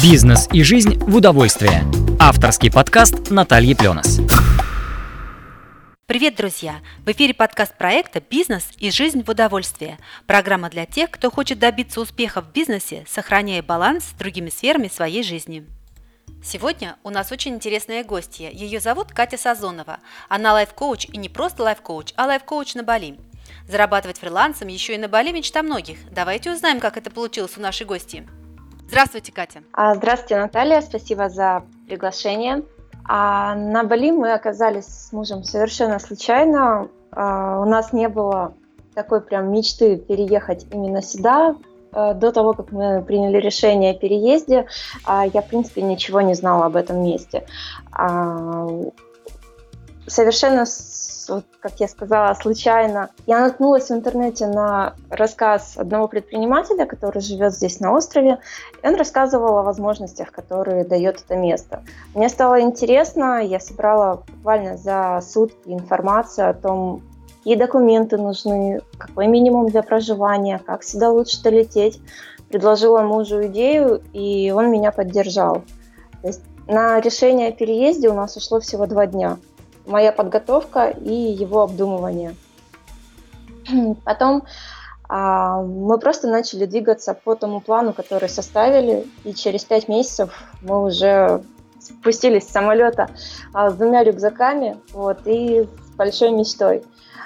Бизнес и жизнь в удовольствие. Авторский подкаст Натальи Пленос. Привет, друзья! В эфире подкаст проекта «Бизнес и жизнь в удовольствие». Программа для тех, кто хочет добиться успеха в бизнесе, сохраняя баланс с другими сферами своей жизни. Сегодня у нас очень интересная гостья. Ее зовут Катя Сазонова. Она лайф-коуч, и не просто лайф-коуч, а лайф-коуч на Бали. Зарабатывать фрилансом еще и на Бали мечта многих. Давайте узнаем, как это получилось у нашей гости. Здравствуйте, Катя. Здравствуйте, Наталья. Спасибо за приглашение. На Бали мы оказались с мужем совершенно случайно. У нас не было такой прям мечты переехать именно сюда. До того, как мы приняли решение о переезде, я, в принципе, ничего не знала об этом месте. Совершенно, как я сказала, случайно я наткнулась в интернете на рассказ одного предпринимателя, который живет здесь на острове, и он рассказывал о возможностях, которые дает это место. Мне стало интересно, я собрала буквально за сутки информацию о том, какие документы нужны, какой минимум для проживания, как сюда лучше долететь. Предложила мужу идею, и он меня поддержал. То есть на решение о переезде у нас ушло всего 2 дня. Моя подготовка и его обдумывание. Потом мы просто начали двигаться по тому плану, который составили, и через 5 месяцев мы уже спустились с самолета с 2 рюкзаками и с большой мечтой.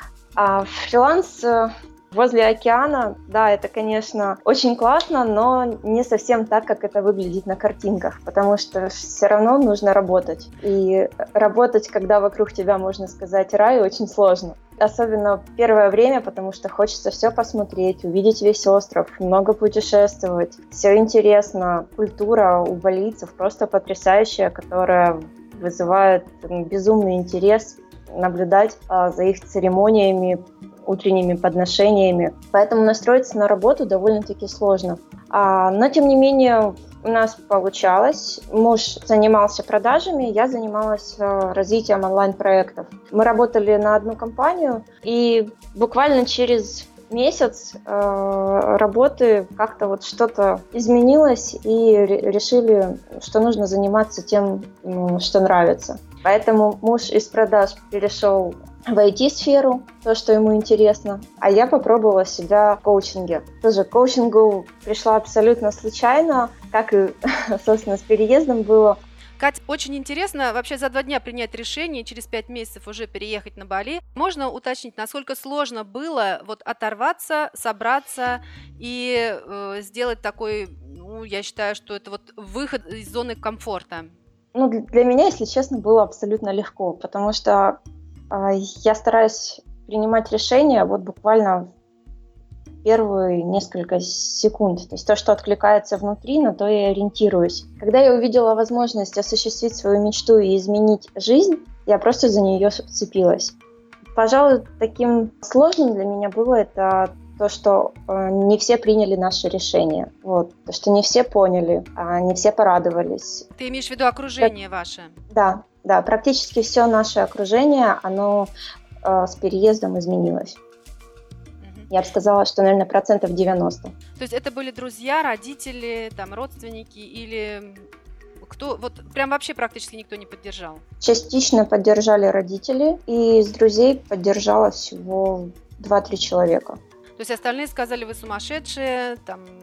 Фриланс возле океана, да, это, конечно, очень классно, но не совсем так, как это выглядит на картинках, потому что все равно нужно работать. И работать, когда вокруг тебя, можно сказать, рай, очень сложно. Особенно в первое время, потому что хочется все посмотреть, увидеть весь остров, много путешествовать. Все интересно. Культура у балийцев просто потрясающая, которая вызывает безумный интерес наблюдать за их церемониями, утренними подношениями. Поэтому настроиться на работу довольно-таки сложно. Но, тем не менее, у нас получалось. Муж занимался продажами, я занималась развитием онлайн-проектов. Мы работали на одну компанию, и буквально через месяц работы как-то что-то изменилось, и решили, что нужно заниматься тем, что нравится. Поэтому муж из продаж перешел в IT-сферу, то, что ему интересно, а я попробовала себя в коучинге. Тоже к коучингу пришла абсолютно случайно, как и, собственно, с переездом было. Кать, очень интересно вообще за 2 дня принять решение, через 5 месяцев уже переехать на Бали. Можно уточнить, насколько сложно было оторваться, собраться и сделать такой, я считаю, что это выход из зоны комфорта? Для меня, если честно, было абсолютно легко, потому что я стараюсь принимать решения буквально в первые несколько секунд. То есть то, что откликается внутри, на то я ориентируюсь. Когда я увидела возможность осуществить свою мечту и изменить жизнь, я просто за нее вцепилась. Пожалуй, таким сложным для меня было это то, что не все приняли наше решение. То, что не все поняли, не все порадовались. Ты имеешь в виду окружение ваше? Да, практически все наше окружение, оно с переездом изменилось. Я бы сказала, что, наверное, 90%. То есть это были друзья, родители, родственники или кто? Прям вообще практически никто не поддержал? Частично поддержали родители, и из друзей поддержало всего 2-3 человека. То есть остальные сказали: вы сумасшедшие,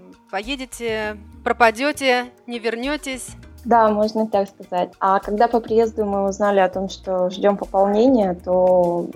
поедете, пропадете, не вернетесь? Да, можно так сказать. А когда по приезду мы узнали о том, что ждем пополнения, то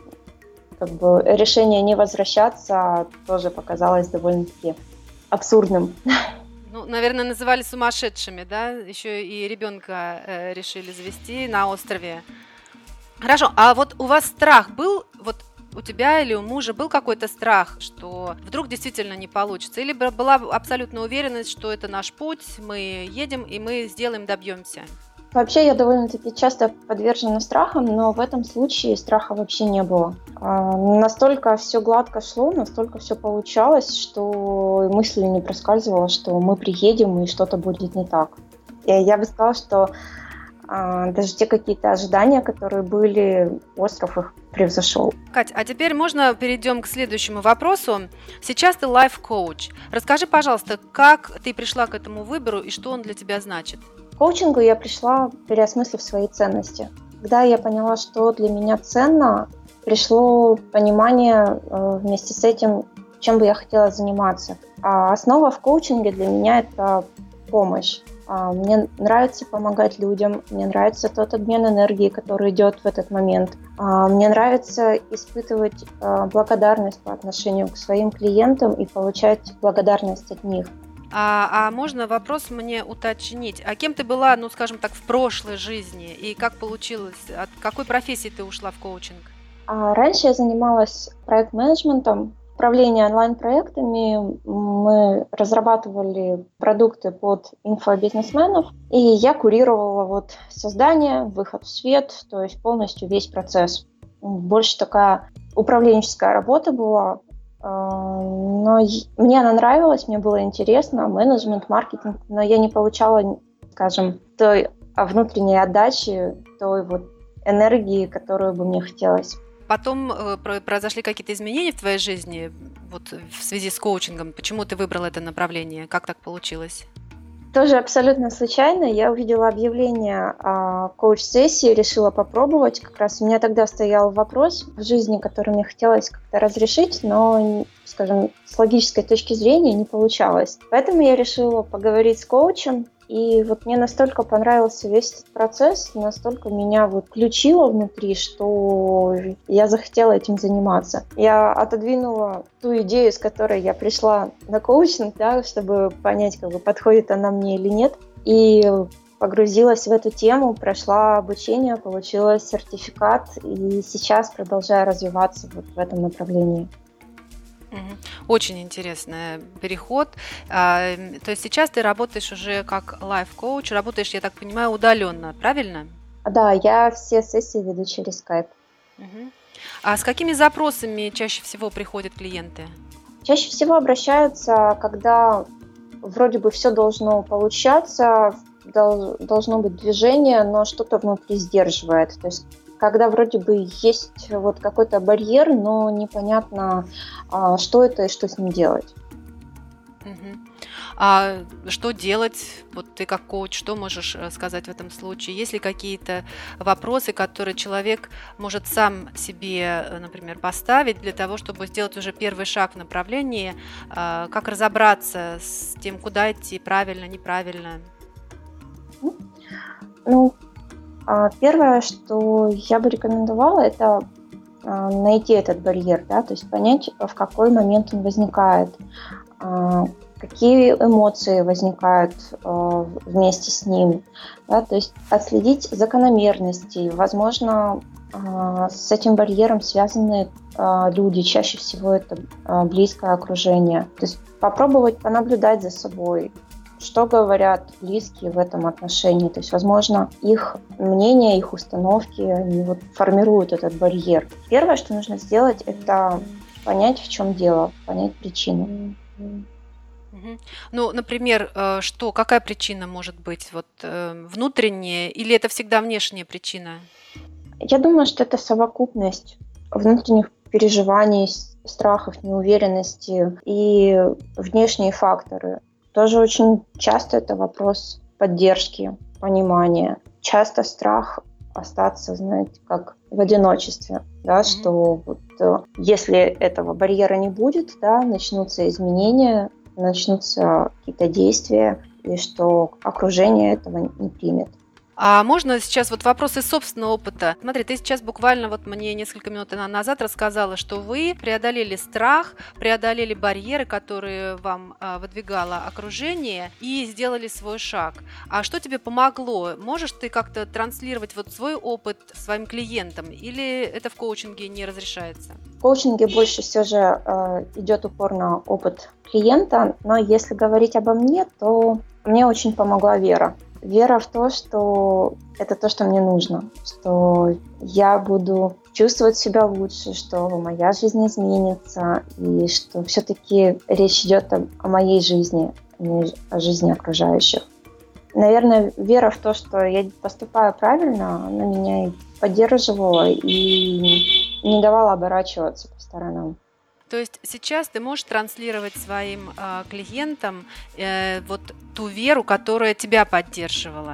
решение не возвращаться тоже показалось довольно-таки абсурдным. Наверное, называли сумасшедшими, да? Еще и ребенка решили завести на острове. Хорошо, а у вас страх был, у тебя или у мужа был какой-то страх, что вдруг действительно не получится? Или была абсолютная уверенность, что это наш путь, мы едем и мы сделаем, добьемся? Вообще я довольно-таки часто подвержена страхам, но в этом случае страха вообще не было. Настолько все гладко шло, настолько все получалось, что мысли не проскальзывало, что мы приедем и что-то будет не так. И я бы сказала, что даже те какие-то ожидания, которые были, остров их превзошел. Кать, а теперь можно перейдем к следующему вопросу. Сейчас ты лайф-коуч. Расскажи, пожалуйста, как ты пришла к этому выбору и что он для тебя значит? К коучингу я пришла, переосмыслив свои ценности. Когда я поняла, что для меня ценно, пришло понимание вместе с этим, чем бы я хотела заниматься. Основа в коучинге для меня – это помощь. Мне нравится помогать людям, мне нравится тот обмен энергии, который идет в этот момент. Мне нравится испытывать благодарность по отношению к своим клиентам и получать благодарность от них. А можно вопрос мне уточнить? А кем ты была, ну, скажем так, в прошлой жизни? И как получилось? От какой профессии ты ушла в коучинг? Раньше я занималась проект-менеджментом, управлением онлайн-проектами. Мы разрабатывали продукты под инфобизнесменов, и я курировала создание, выход в свет, то есть полностью весь процесс. Больше такая управленческая работа была. Но мне она нравилась, мне было интересно, менеджмент, маркетинг, но я не получала, скажем, той внутренней отдачи, той энергии, которую бы мне хотелось. Потом произошли какие-то изменения в твоей жизни в связи с коучингом? Почему ты выбрала это направление? Как так получилось? Тоже абсолютно случайно. Я увидела объявление о коуч-сессии, решила попробовать. Как раз у меня тогда стоял вопрос в жизни, который мне хотелось как-то разрешить, но, скажем, с логической точки зрения не получалось. Поэтому я решила поговорить с коучем. И мне настолько понравился весь этот процесс, настолько меня включило внутри, что я захотела этим заниматься. Я отодвинула ту идею, с которой я пришла на коучинг, чтобы понять, подходит она мне или нет. И погрузилась в эту тему, прошла обучение, получила сертификат и сейчас продолжаю развиваться в этом направлении. Очень интересный переход. То есть сейчас ты работаешь уже как лайф-коуч, работаешь, я так понимаю, удаленно, правильно? Да, я все сессии веду через Skype. А с какими запросами чаще всего приходят клиенты? Чаще всего обращаются, когда вроде бы все должно получаться, должно быть движение, но что-то внутри сдерживает. То есть когда вроде бы есть какой-то барьер, но непонятно, что это и что с ним делать. А что делать? Ты как коуч, что можешь сказать в этом случае? Есть ли какие-то вопросы, которые человек может сам себе, например, поставить для того, чтобы сделать уже первый шаг в направлении, как разобраться с тем, куда идти, правильно, неправильно? Первое, что я бы рекомендовала, это найти этот барьер, то есть понять, в какой момент он возникает, какие эмоции возникают вместе с ним, то есть отследить закономерности. Возможно, с этим барьером связаны люди, чаще всего это близкое окружение. То есть попробовать понаблюдать за собой, что говорят близкие в этом отношении. То есть, возможно, их мнение, их установки, они формируют этот барьер. Первое, что нужно сделать, это понять, в чем дело, понять причину. Например, какая причина может быть? Внутренняя или это всегда внешняя причина? Я думаю, что это совокупность внутренних переживаний, страхов, неуверенности и внешние факторы. Тоже очень часто это вопрос поддержки, понимания. Часто страх остаться, как в одиночестве, что если этого барьера не будет, начнутся изменения, начнутся какие-то действия, и что окружение этого не примет. А можно сейчас вопрос из собственного опыта? Смотри, ты сейчас буквально мне несколько минут назад рассказала, что вы преодолели страх, преодолели барьеры, которые вам выдвигало окружение, и сделали свой шаг. А что тебе помогло? Можешь ты как-то транслировать свой опыт своим клиентам, или это в коучинге не разрешается? В коучинге больше все же идет упор на опыт клиента, но если говорить обо мне, то мне очень помогла вера. Вера в то, что это то, что мне нужно, что я буду чувствовать себя лучше, что моя жизнь изменится, и что все-таки речь идет о моей жизни, а не о жизни окружающих. Наверное, вера в то, что я поступаю правильно, она меня и поддерживала и не давала оборачиваться по сторонам. То есть сейчас ты можешь транслировать своим клиентам вот ту веру, которая тебя поддерживала.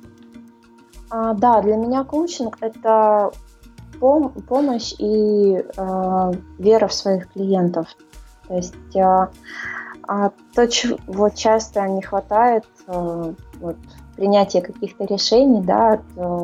Да, для меня коучинг – это помощь и вера в своих клиентов. То есть то, чего часто не хватает, вот, принятие каких-то решений, да,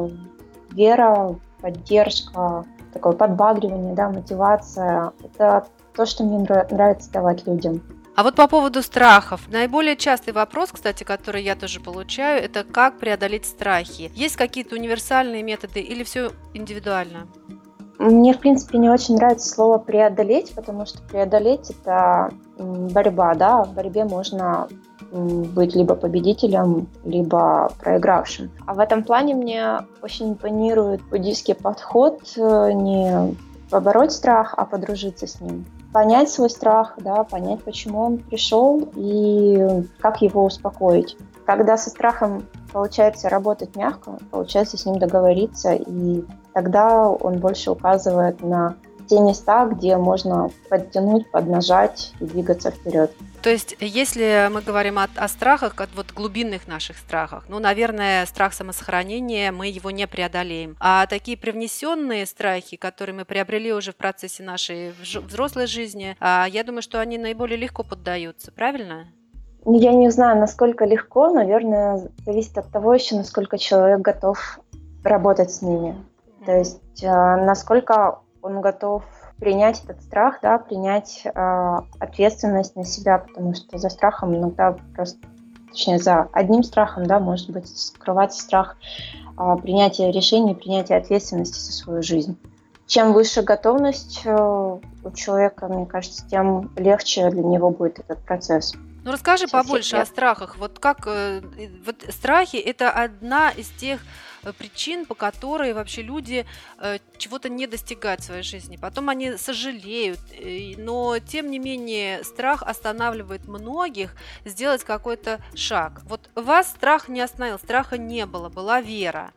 вера, поддержка, такое подбадривание, да, мотивация – это то, что мне нравится давать людям. А вот по поводу страхов. Наиболее частый вопрос, кстати, который я тоже получаю, это как преодолеть страхи. Есть какие-то универсальные методы или все индивидуально? Мне, в принципе, не очень нравится слово «преодолеть», потому что преодолеть – это борьба, да, в борьбе можно быть либо победителем, либо проигравшим. А в этом плане мне очень импонирует буддийский подход не побороть страх, а подружиться с ним. Понять свой страх, да, понять, почему он пришел и как его успокоить. Когда со страхом получается работать мягко, получается с ним договориться, и тогда он больше указывает на те места, где можно подтянуть, поднажать и двигаться вперед. То есть, если мы говорим о страхах, вот глубинных наших страхах, ну, наверное, страх самосохранения, мы его не преодолеем. А такие привнесенные страхи, которые мы приобрели уже в процессе нашей взрослой жизни, я думаю, что они наиболее легко поддаются, правильно? Я не знаю, насколько легко, наверное, зависит от того еще, насколько человек готов работать с ними. То есть, насколько он готов принять этот страх, да, принять ответственность на себя, потому что за страхом иногда просто, точнее, за одним страхом, да, может быть, скрываться страх принятия решений, принятия ответственности за свою жизнь. Чем выше готовность у человека, мне кажется, тем легче для него будет этот процесс. Ну, расскажи побольше о страхах. Вот как вот страхи – это одна из тех причин, по которой вообще люди чего-то не достигают в своей жизни. Потом они сожалеют, но тем не менее страх останавливает многих сделать какой-то шаг. Вот вас страх не остановил, страха не было, была вера.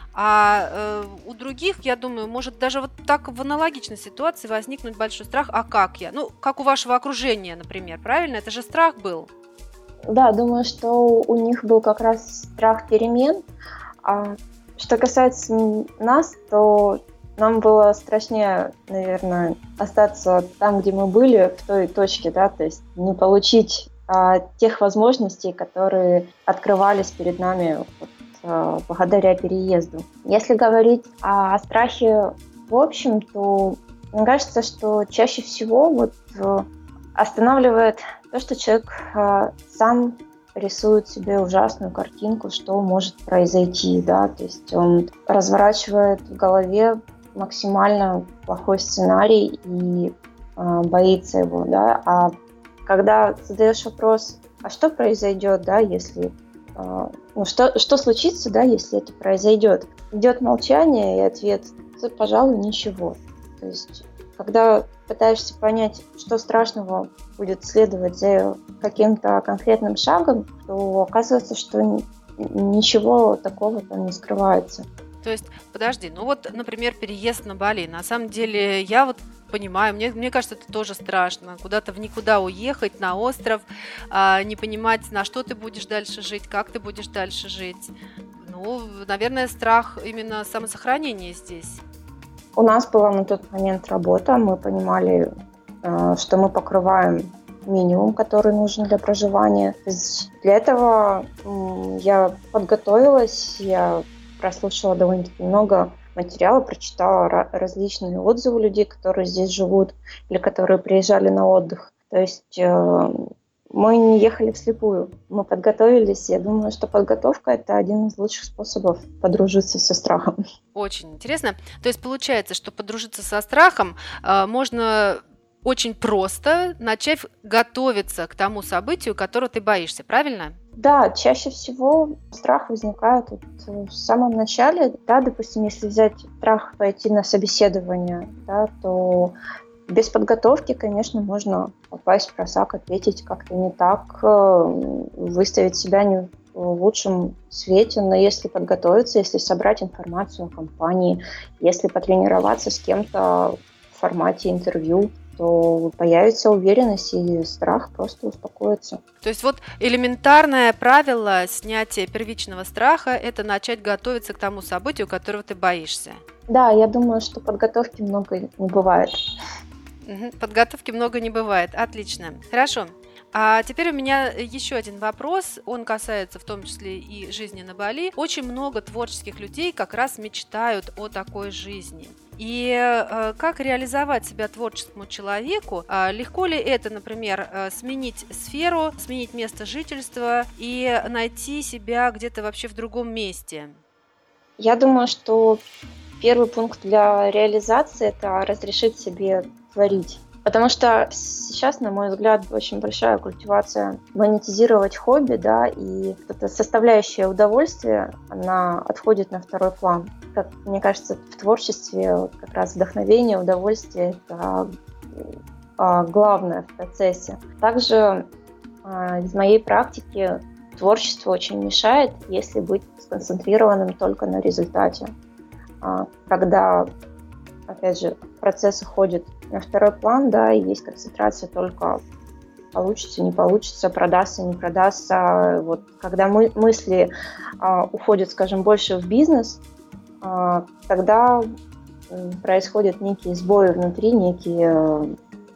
А у других, я думаю, может даже вот так в аналогичной ситуации возникнуть большой страх. А как я? Ну, как у вашего окружения, например, правильно? Это же страх был. Да, думаю, что у них был как раз страх перемен. А что касается нас, то нам было страшнее, наверное, остаться там, где мы были, в той точке, да, то есть не получить тех возможностей, которые открывались перед нами благодаря переезду. Если говорить о страхе в общем, то мне кажется, что чаще всего вот останавливает то, что человек сам рисует себе ужасную картинку, что может произойти, да, то есть он разворачивает в голове максимально плохой сценарий и боится его, да, а когда задаешь вопрос, а что произойдет, да, если что случится, да, если это произойдет? Идет молчание и ответ, пожалуй, ничего. То есть, когда пытаешься понять, что страшного будет следовать за каким-то конкретным шагом, то оказывается, что ничего такого там не скрывается. То есть, подожди, ну вот, например, переезд на Бали. На самом деле, я вот понимаю, мне кажется, это тоже страшно. Куда-то в никуда уехать, на остров, не понимать, на что ты будешь дальше жить, как ты будешь дальше жить. Ну, наверное, страх именно самосохранения здесь. У нас была на тот момент работа, мы понимали, что мы покрываем минимум, который нужен для проживания. То есть для этого я подготовилась, я прослушала довольно-таки много материала, прочитала различные отзывы людей, которые здесь живут или которые приезжали на отдых. То есть мы не ехали вслепую, мы подготовились. Я думаю, что подготовка – это один из лучших способов подружиться со страхом. Очень интересно. То есть получается, что подружиться со страхом можно очень просто, начав готовиться к тому событию, которого ты боишься, правильно? Да, чаще всего страх возникает в самом начале. Да, допустим, если взять страх пойти на собеседование, да, то без подготовки, конечно, можно попасть в просак, ответить как-то не так, выставить себя в лучшем свете, но если подготовиться, если собрать информацию о компании, если потренироваться с кем-то в формате интервью, то появится уверенность, и страх просто успокоится. То есть вот элементарное правило снятия первичного страха – это начать готовиться к тому событию, которого ты боишься. Да, я думаю, что подготовки много не бывает. Подготовки много не бывает. Отлично. Хорошо. А теперь у меня еще один вопрос, он касается в том числе и жизни на Бали. Очень много творческих людей как раз мечтают о такой жизни. И как реализовать себя творческому человеку? Легко ли это, например, сменить сферу, сменить место жительства и найти себя где-то вообще в другом месте? Я думаю, что первый пункт для реализации – это разрешить себе творить. Потому что сейчас, на мой взгляд, очень большая культивация монетизировать хобби, да, и эта составляющая удовольствия, она отходит на второй план. Как мне кажется, в творчестве как раз вдохновение, удовольствие – это главное в процессе. Также из моей практики творчество очень мешает, если быть сконцентрированным только на результате. Когда, опять же, процесс уходит на второй план, да, и есть концентрация только получится, не получится, продастся, не продастся. Вот, когда мысли уходят, скажем, больше в бизнес, тогда происходят некие сбои внутри, некие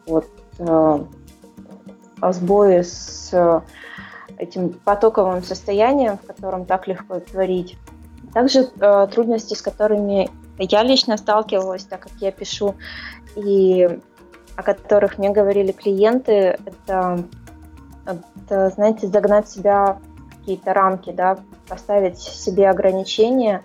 сбои с этим потоковым состоянием, в котором так легко творить. Также трудности, с которыми я лично сталкивалась, так как я пишу, и о которых мне говорили клиенты, это, знаете, загнать себя в какие-то рамки, да, поставить себе ограничения.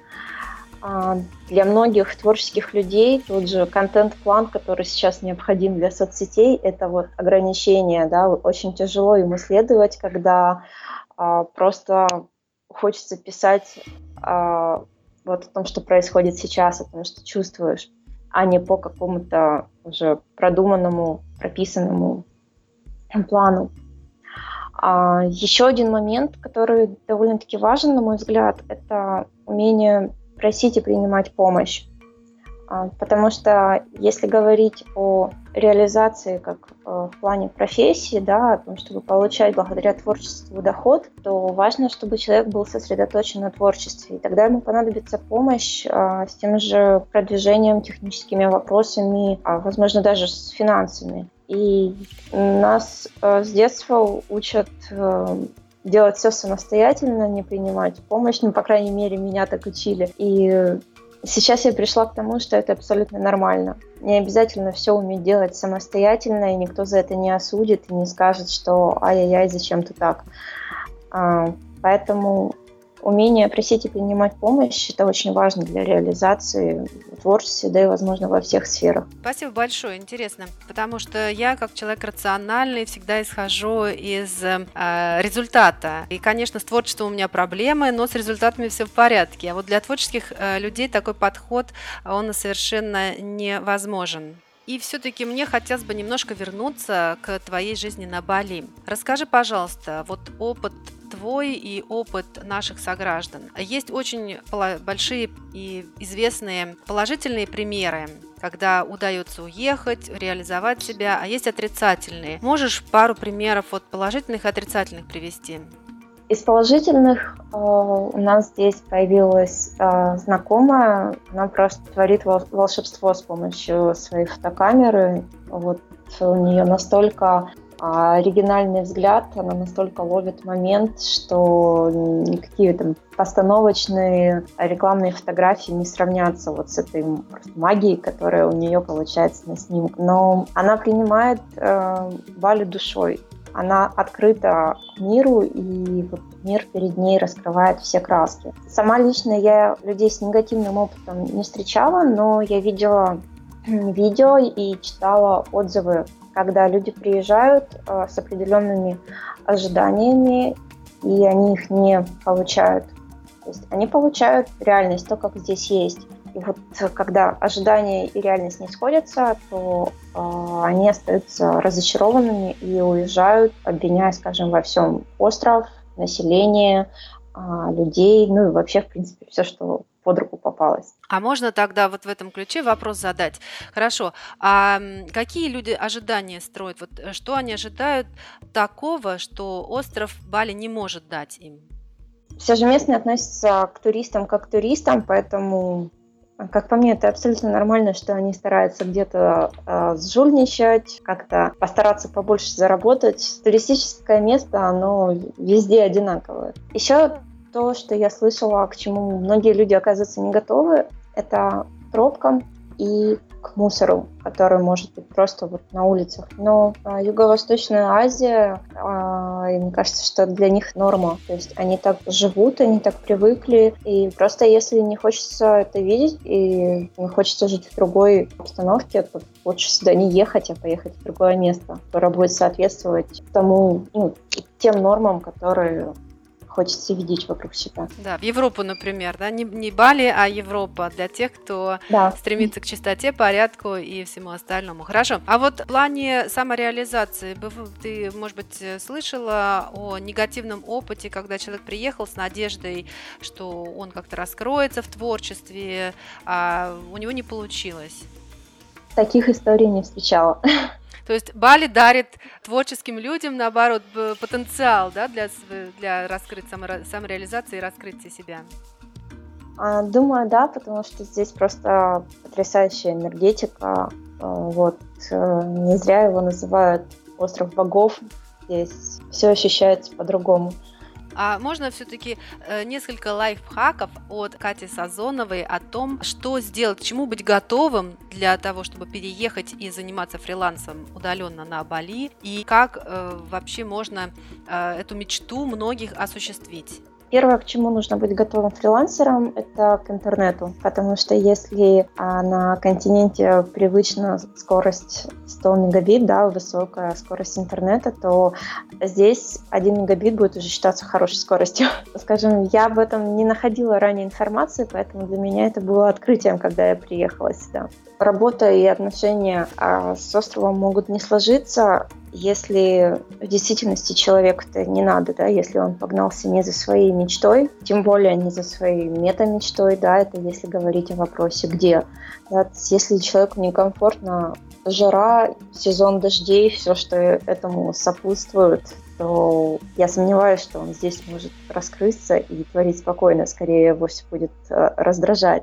Для многих творческих людей тот же контент-план, который сейчас необходим для соцсетей, это вот ограничение, да, очень тяжело ему следовать, когда просто хочется писать вот о том, что происходит сейчас, о том, что чувствуешь, а не по какому-то уже продуманному, прописанному плану. Еще один момент, который довольно-таки важен, на мой взгляд, это умение просить и принимать помощь. Потому что если говорить о реализации как в плане профессии, да, о том, чтобы получать благодаря творчеству доход, то важно, чтобы человек был сосредоточен на творчестве. И тогда ему понадобится помощь с тем же продвижением, техническими вопросами, возможно, даже с финансами. И нас с детства учат делать все самостоятельно, не принимать помощь. Ну, по крайней мере, меня так учили. И сейчас я пришла к тому, что это абсолютно нормально. Не обязательно все уметь делать самостоятельно, и никто за это не осудит и не скажет, что ай-яй-яй, зачем ты так. Поэтому умение просить и принимать помощь – это очень важно для реализации в творчестве, да и, возможно, во всех сферах. Спасибо большое, интересно, потому что я, как человек рациональный, всегда исхожу из результата. И, конечно, с творчеством у меня проблемы, но с результатами все в порядке. А вот для творческих людей такой подход, он совершенно невозможен. И все-таки мне хотелось бы немножко вернуться к твоей жизни на Бали. Расскажи, пожалуйста, вот опыт твой и опыт наших сограждан. Есть очень большие и известные положительные примеры, когда удается уехать, реализовать себя, а есть отрицательные. Можешь пару примеров от положительных и отрицательных привести? Из положительных у нас здесь появилась знакомая, она просто творит волшебство с помощью своей фотокамеры. Вот у нее настолько оригинальный взгляд, она настолько ловит момент, что никакие там постановочные рекламные фотографии не сравнятся вот с этой магией, которая у нее получается на снимке. Но она принимает Бали душой. Она открыта к миру, и вот мир перед ней раскрывает все краски. Сама лично я людей с негативным опытом не встречала, но я видела видео и читала отзывы, когда люди приезжают с определенными ожиданиями, и они их не получают. То есть они получают реальность, то, как здесь есть. И вот когда ожидания и реальность не сходятся, то они остаются разочарованными и уезжают, обвиняя, скажем, во всем остров, население, людей, ну и вообще, в принципе, все, что под руку попалось. А можно тогда вот в этом ключе вопрос задать? Хорошо, а какие люди ожидания строят? Вот что они ожидают такого, что остров Бали не может дать им? Все же местные относятся к туристам как к туристам, поэтому, как по мне, это абсолютно нормально, что они стараются где-то сжульничать, как-то постараться побольше заработать. Туристическое место, оно везде одинаковое. Еще то, что я слышала, к чему многие люди оказываются не готовы, это к пробкам и к мусору, который может быть просто вот на улицах. Но Юго-Восточная Азия, и мне кажется, что для них норма. То есть они так живут, они так привыкли. И просто если не хочется это видеть и не хочется жить в другой обстановке, то лучше сюда не ехать, а поехать в другое место, которое будет соответствовать тому, тем нормам, которые хочется видеть вокруг себя. Да, в Европу, например, да, не Бали, а Европа для тех, кто стремится к чистоте, порядку и всему остальному. Хорошо. А вот в плане самореализации, ты, может быть, слышала о негативном опыте, когда человек приехал с надеждой, что он как-то раскроется в творчестве, а у него не получилось? Таких историй не встречала. То есть Бали дарит творческим людям, наоборот, потенциал, да, для самореализации и раскрытия себя? Думаю, да, потому что здесь просто потрясающая энергетика. Не зря его называют остров богов. Здесь все ощущается по-другому. А можно все-таки несколько лайфхаков от Кати Сазоновой о том, что сделать, к чему быть готовым для того, чтобы переехать и заниматься фрилансом удаленно на Бали, и как вообще можно эту мечту многих осуществить? Первое, к чему нужно быть готовым фрилансером, это к интернету, потому что если на континенте привычна скорость 100 мегабит, да, высокая скорость интернета, то здесь 1 мегабит будет уже считаться хорошей скоростью. Скажем, я об этом не находила ранее информации, поэтому для меня это было открытием, когда я приехала сюда. Работа и отношения с островом могут не сложиться, если в действительности человеку-то не надо, да, если он погнался не за своей мечтой, тем более не за своей мета-мечтой, да, это если говорить о вопросе «где?». Да, если человеку некомфортно жара, сезон дождей, все, что этому сопутствует, то я сомневаюсь, что он здесь может раскрыться и творить спокойно, скорее его все будет раздражать.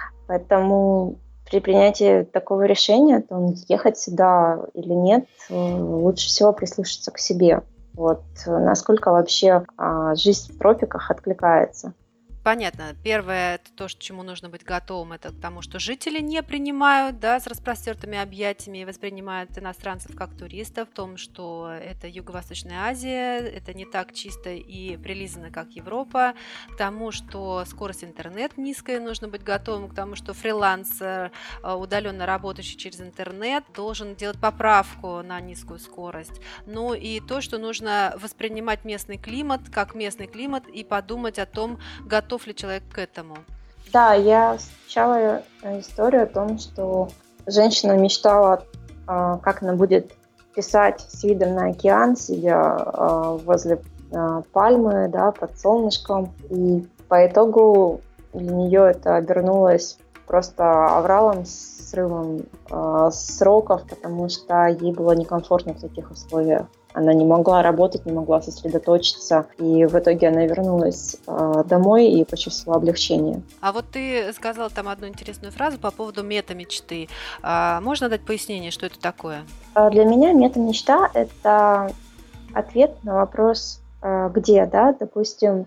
Поэтому при принятии такого решения, то ехать сюда или нет, лучше всего прислушаться к себе. Насколько вообще жизнь в тропиках откликается. Понятно. Первое, это то, к чему нужно быть готовым, это к тому, что жители не принимают, да, с распростертыми объятиями и воспринимают иностранцев как туристов, в том, что это Юго-Восточная Азия, это не так чисто и прилизано, как Европа, к тому, что скорость интернета низкая, нужно быть готовым к тому, что фрилансер, удаленно работающий через интернет, должен делать поправку на низкую скорость. Ну и то, что нужно воспринимать местный климат как местный климат и подумать о том, готов ли человек к этому? Да, я встречала историю о том, что женщина мечтала, как она будет писать с видом на океан, сидя возле пальмы, да, под солнышком. И по итогу для нее это обернулось просто авралом, срывом сроков, потому что ей было некомфортно в таких условиях. Она не могла работать, не могла сосредоточиться, и в итоге она вернулась домой и почувствовала облегчение. А вот ты сказала там одну интересную фразу по поводу мета-мечты. Можно дать пояснение, что это такое? Для меня мета-мечта – это ответ на вопрос «где?», да, допустим,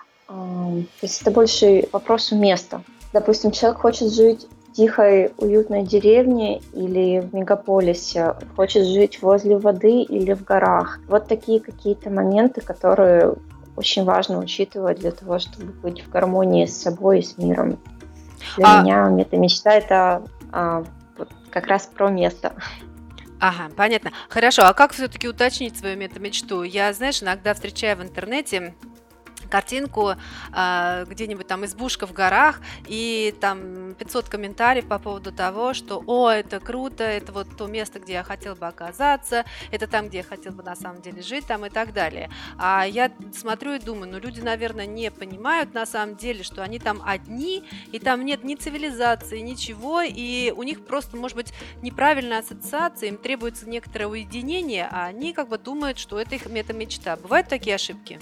то есть это больше вопрос места. Допустим, человек хочет жить в тихой, уютной деревне или в мегаполисе, хочет жить возле воды или в горах. Вот такие какие-то моменты, которые очень важно учитывать для того, чтобы быть в гармонии с собой и с миром. Для меня мета-мечта – это как раз про место. Ага, понятно. Хорошо, а как все-таки уточнить свою мета-мечту? Я, знаешь, иногда встречаю в интернете картинку где-нибудь там избушка в горах, и там 500 комментариев по поводу того, что «О, это круто, это вот то место, где я хотел бы оказаться, это там, где я хотел бы на самом деле жить», там и так далее. А я смотрю и думаю, ну люди, наверное, не понимают на самом деле, что они там одни, и там нет ни цивилизации, ничего, и у них просто, может быть, неправильная ассоциация, им требуется некоторое уединение, а они как бы думают, что это их мета-мечта. Бывают такие ошибки?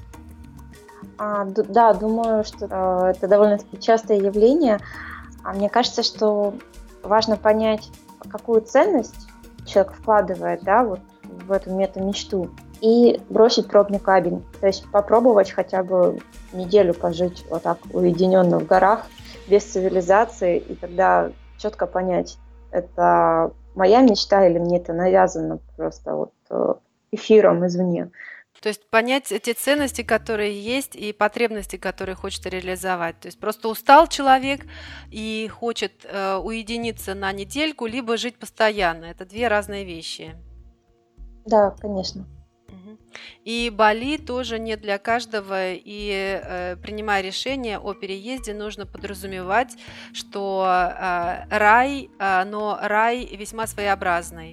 Да, думаю, что это довольно-таки частое явление. Мне кажется, что важно понять, какую ценность человек вкладывает, да, вот в эту мета-мечту, и бросить пробный камень. То есть попробовать хотя бы неделю пожить вот так уединенно в горах, без цивилизации, и тогда четко понять, это моя мечта или мне это навязано просто вот эфиром извне. То есть понять эти ценности, которые есть, и потребности, которые хочет реализовать. То есть просто устал человек и хочет уединиться на недельку, либо жить постоянно. Это две разные вещи. Да, конечно. И Бали тоже не для каждого, и принимая решение о переезде, нужно подразумевать, что рай, но рай весьма своеобразный.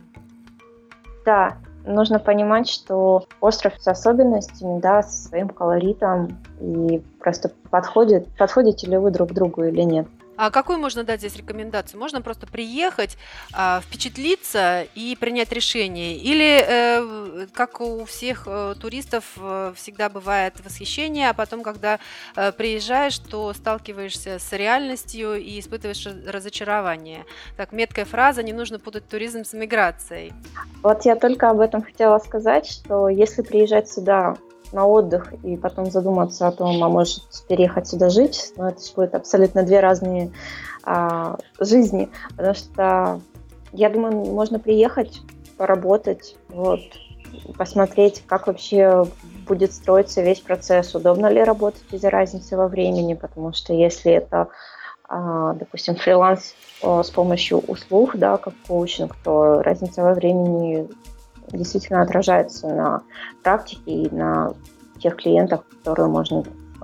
Да, нужно понимать, что остров с особенностями, да, со своим колоритом, и просто подходите ли вы друг к другу или нет. А какую можно дать здесь рекомендацию? Можно просто приехать, впечатлиться и принять решение? Или, как у всех туристов, всегда бывает восхищение, а потом, когда приезжаешь, то сталкиваешься с реальностью и испытываешь разочарование? Так, меткая фраза: не нужно путать туризм с миграцией. Вот я только об этом хотела сказать, что если приезжать сюда на отдых и потом задуматься о том, а может переехать сюда жить, но это будет абсолютно две разные жизни, потому что, я думаю, можно приехать, поработать, вот, посмотреть, как вообще будет строиться весь процесс, удобно ли работать из-за разницы во времени, потому что если это, допустим, фриланс с помощью услуг, да, как коучинг, то разница во времени действительно отражается на практике и на тех клиентах, которые можно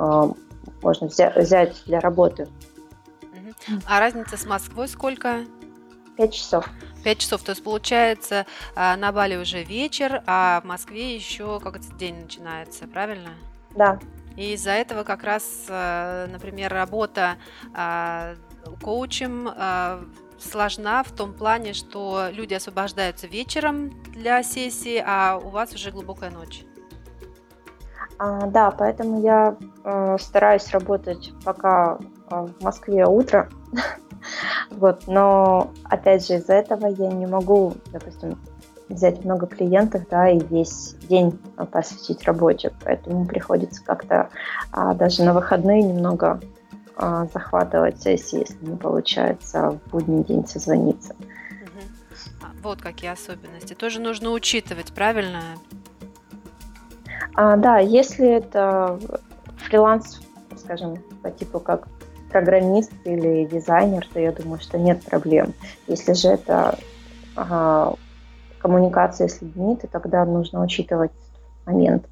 взять для работы. А разница с Москвой сколько? 5 часов. 5 часов, то есть получается, на Бали уже вечер, а в Москве еще как день начинается, правильно? Да. И из-за этого как раз, например, работа коучем сложна в том плане, что люди освобождаются вечером для сессии, а у вас уже глубокая ночь. Да, поэтому я стараюсь работать пока в Москве утро. Вот, но опять же из-за этого я не могу, допустим, взять много клиентов, да, и весь день посвятить работе, поэтому приходится как-то даже на выходные немного захватывать сессии, если не получается в будний день созвониться. Вот какие особенности. Тоже нужно учитывать, правильно? Да, если это фриланс, скажем, по типу как программист или дизайнер, то я думаю, что нет проблем. Если же это коммуникация с людьми, то тогда нужно учитывать момент.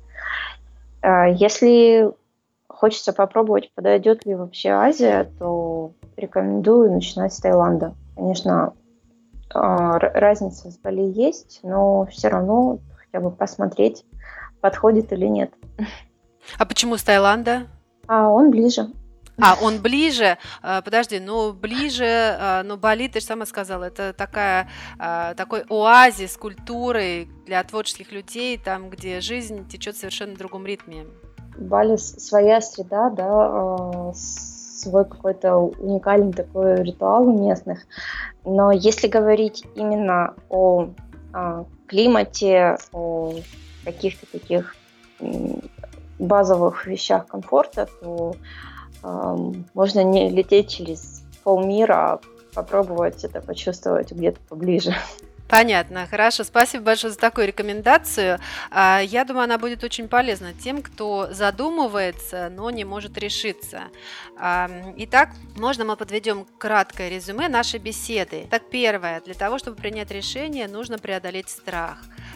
Если хочется попробовать, подойдет ли вообще Азия, то рекомендую начинать с Таиланда. Конечно, разница с Бали есть, но все равно хотя бы посмотреть, подходит или нет. А почему с Таиланда? Он ближе. Он ближе? Подожди, ближе, но Бали, ты же сама сказала, это такой оазис культуры для творческих людей, там, где жизнь течет в совершенно другом ритме. Бали своя среда, да, свой какой-то уникальный такой ритуал у местных. Но если говорить именно о климате, о каких-то таких базовых вещах комфорта, то можно не лететь через полмира, а попробовать это почувствовать где-то поближе. Понятно, хорошо. Спасибо большое за такую рекомендацию. Я думаю, она будет очень полезна тем, кто задумывается, но не может решиться. Итак, можно мы подведем краткое резюме нашей беседы. Так, первое. Для того, чтобы принять решение, нужно преодолеть страх.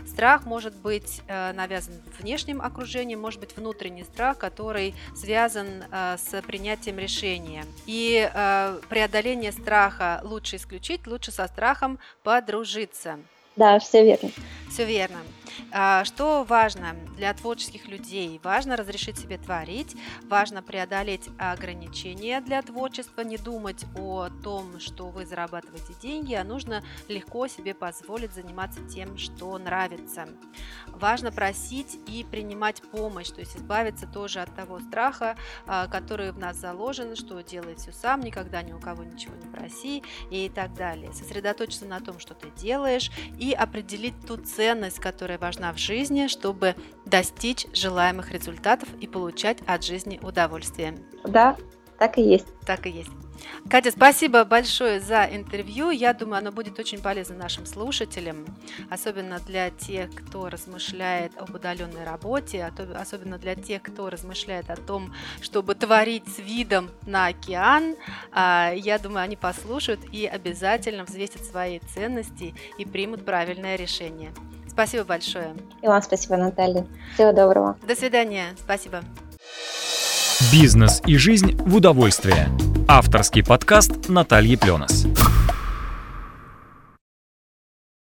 Страх может быть навязан внешним окружением, может быть внутренний страх, который связан с принятием решения. И преодоление страха лучше исключить, лучше со страхом подружиться. Да, все верно. Все верно. Что важно для творческих людей? Важно разрешить себе творить, важно преодолеть ограничения для творчества, не думать о том, что вы зарабатываете деньги, а нужно легко себе позволить заниматься тем, что нравится. Важно просить и принимать помощь, то есть избавиться тоже от того страха, который в нас заложен, что делай все сам, никогда ни у кого ничего не проси и так далее. Сосредоточиться на том, что ты делаешь, и определить ту ценность, которая важна в жизни, чтобы достичь желаемых результатов и получать от жизни удовольствие. Да, так и есть. Так и есть. Катя, спасибо большое за интервью. Я думаю, оно будет очень полезно нашим слушателям, особенно для тех, кто размышляет об удаленной работе, особенно для тех, кто размышляет о том, чтобы творить с видом на океан. Я думаю, они послушают и обязательно взвесят свои ценности и примут правильное решение. Спасибо большое. И вам спасибо, Наталья. Всего доброго. До свидания. Спасибо. «Бизнес и жизнь в удовольствие». Авторский подкаст Натальи Пленос.